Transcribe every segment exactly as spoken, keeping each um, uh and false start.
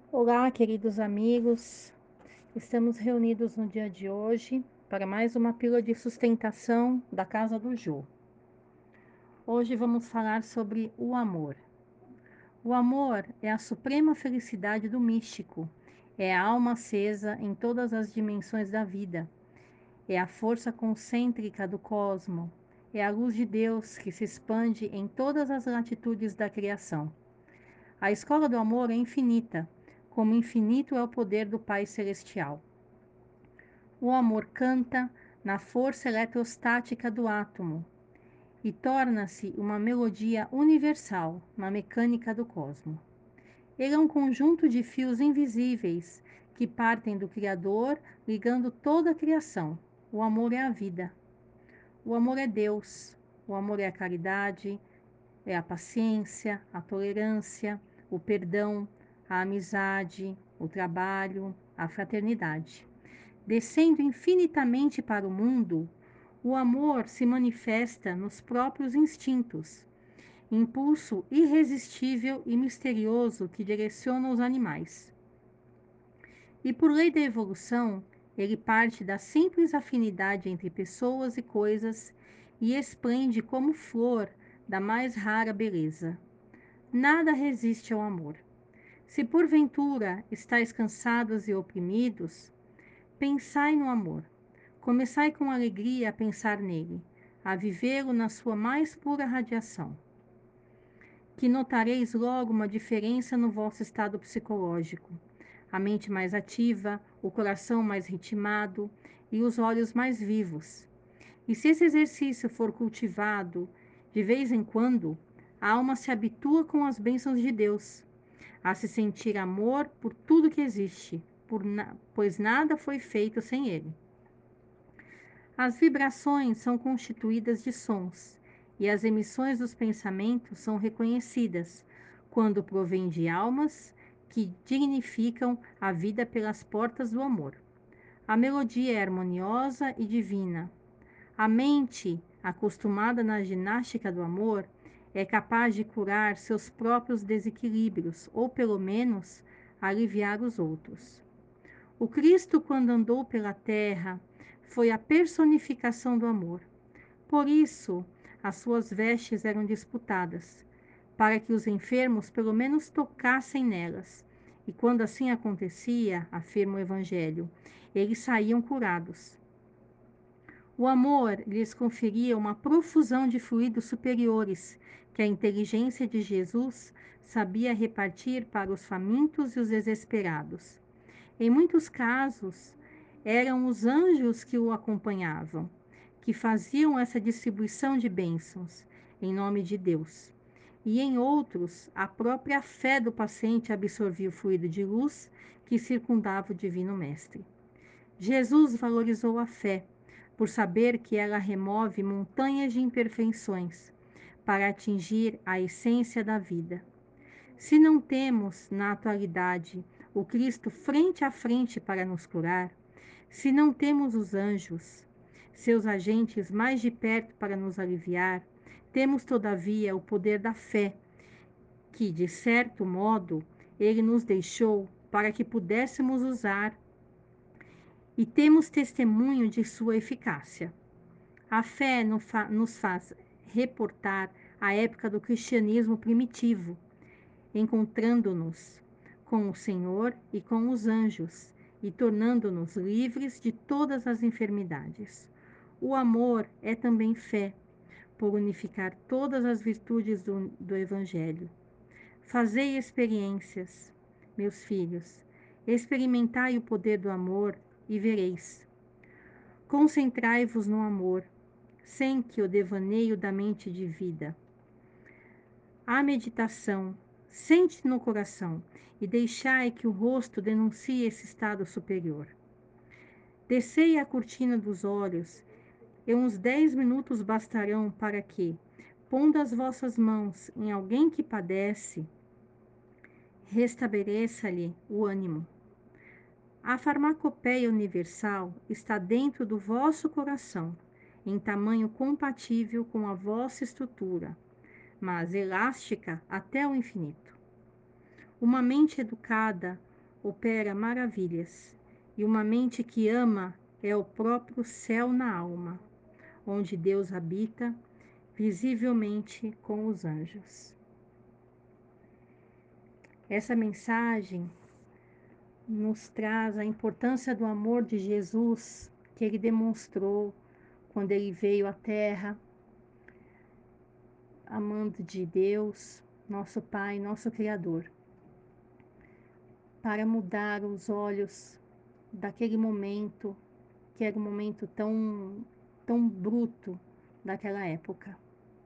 Olá, queridos amigos. Estamos reunidos no dia de hoje para mais uma pílula de sustentação da Casa do Jô. Hoje vamos falar sobre o amor. O amor é a suprema felicidade do místico, é a alma acesa em todas as dimensões da vida, é a força concêntrica do cosmo, é a luz de Deus que se expande em todas as latitudes da criação. A escola do amor é infinita, como infinito é o poder do Pai Celestial. O amor canta na força eletrostática do átomo e torna-se uma melodia universal na mecânica do cosmo. Ele é um conjunto de fios invisíveis que partem do Criador, ligando toda a criação. O amor é a vida. O amor é Deus. O amor é a caridade, é a paciência, a tolerância, o perdão, a amizade, o trabalho, a fraternidade. Descendo infinitamente para o mundo, o amor se manifesta nos próprios instintos, impulso irresistível e misterioso que direciona os animais. E por lei da evolução, ele parte da simples afinidade entre pessoas e coisas e esplende como flor da mais rara beleza. Nada resiste ao amor. Se porventura estáis cansados e oprimidos, pensai no amor. Começai com alegria a pensar nele, a vivê-lo na sua mais pura radiação. Que notareis logo uma diferença no vosso estado psicológico. A mente mais ativa, o coração mais ritmado e os olhos mais vivos. E se esse exercício for cultivado de vez em quando, a alma se habitua com as bênçãos de Deus, a se sentir amor por tudo que existe, por na... pois nada foi feito sem ele. As vibrações são constituídas de sons, e as emissões dos pensamentos são reconhecidas quando provêm de almas que dignificam a vida pelas portas do amor. A melodia é harmoniosa e divina. A mente, acostumada na ginástica do amor, é capaz de curar seus próprios desequilíbrios, ou pelo menos aliviar os outros. O Cristo, quando andou pela terra, foi a personificação do amor. Por isso, as suas vestes eram disputadas, para que os enfermos pelo menos tocassem nelas. E quando assim acontecia, afirma o Evangelho, eles saíam curados. O amor lhes conferia uma profusão de fluidos superiores, que a inteligência de Jesus sabia repartir para os famintos e os desesperados. Em muitos casos, eram os anjos que o acompanhavam, que faziam essa distribuição de bênçãos em nome de Deus. E em outros, a própria fé do paciente absorvia o fluido de luz que circundava o Divino Mestre. Jesus valorizou a fé, por saber que ela remove montanhas de imperfeições para atingir a essência da vida. Se não temos, na atualidade, o Cristo frente a frente para nos curar, se não temos os anjos, seus agentes mais de perto para nos aliviar, temos, todavia, o poder da fé, que, de certo modo, ele nos deixou para que pudéssemos usar e temos testemunho de sua eficácia. A fé nos faz reportar a época do cristianismo primitivo, encontrando-nos com o Senhor e com os anjos e tornando-nos livres de todas as enfermidades. O amor é também fé, por unificar todas as virtudes do, do Evangelho. Fazei experiências, meus filhos, experimentai o poder do amor e vereis. Concentrai-vos no amor, sem que o devaneio da mente divida. A meditação, sente no coração e deixai que o rosto denuncie esse estado superior. Descei a cortina dos olhos e uns dez minutos bastarão para que, pondo as vossas mãos em alguém que padece, restabeleça-lhe o ânimo. A farmacopeia universal está dentro do vosso coração, em tamanho compatível com a vossa estrutura, mas elástica até o infinito. Uma mente educada opera maravilhas, e uma mente que ama é o próprio céu na alma, onde Deus habita visivelmente com os anjos. Essa mensagem nos traz a importância do amor de Jesus que ele demonstrou quando ele veio à Terra, amando de Deus, nosso Pai, nosso Criador, para mudar os olhos daquele momento, que era um momento tão, tão bruto daquela época.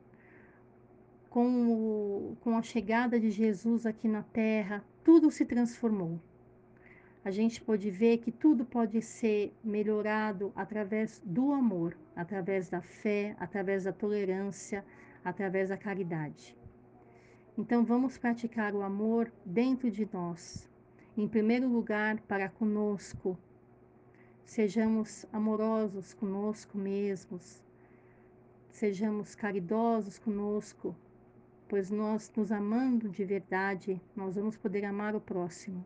Com, o, com a chegada de Jesus aqui na Terra, tudo se transformou. A gente pode ver que tudo pode ser melhorado através do amor, através da fé, através da tolerância, através da caridade. Então vamos praticar o amor dentro de nós. Em primeiro lugar, para conosco. Sejamos amorosos conosco mesmos. Sejamos caridosos conosco, pois nós, nos amando de verdade, nós vamos poder amar o próximo.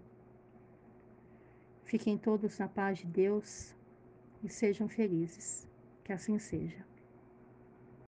Fiquem todos na paz de Deus e sejam felizes. Que assim seja.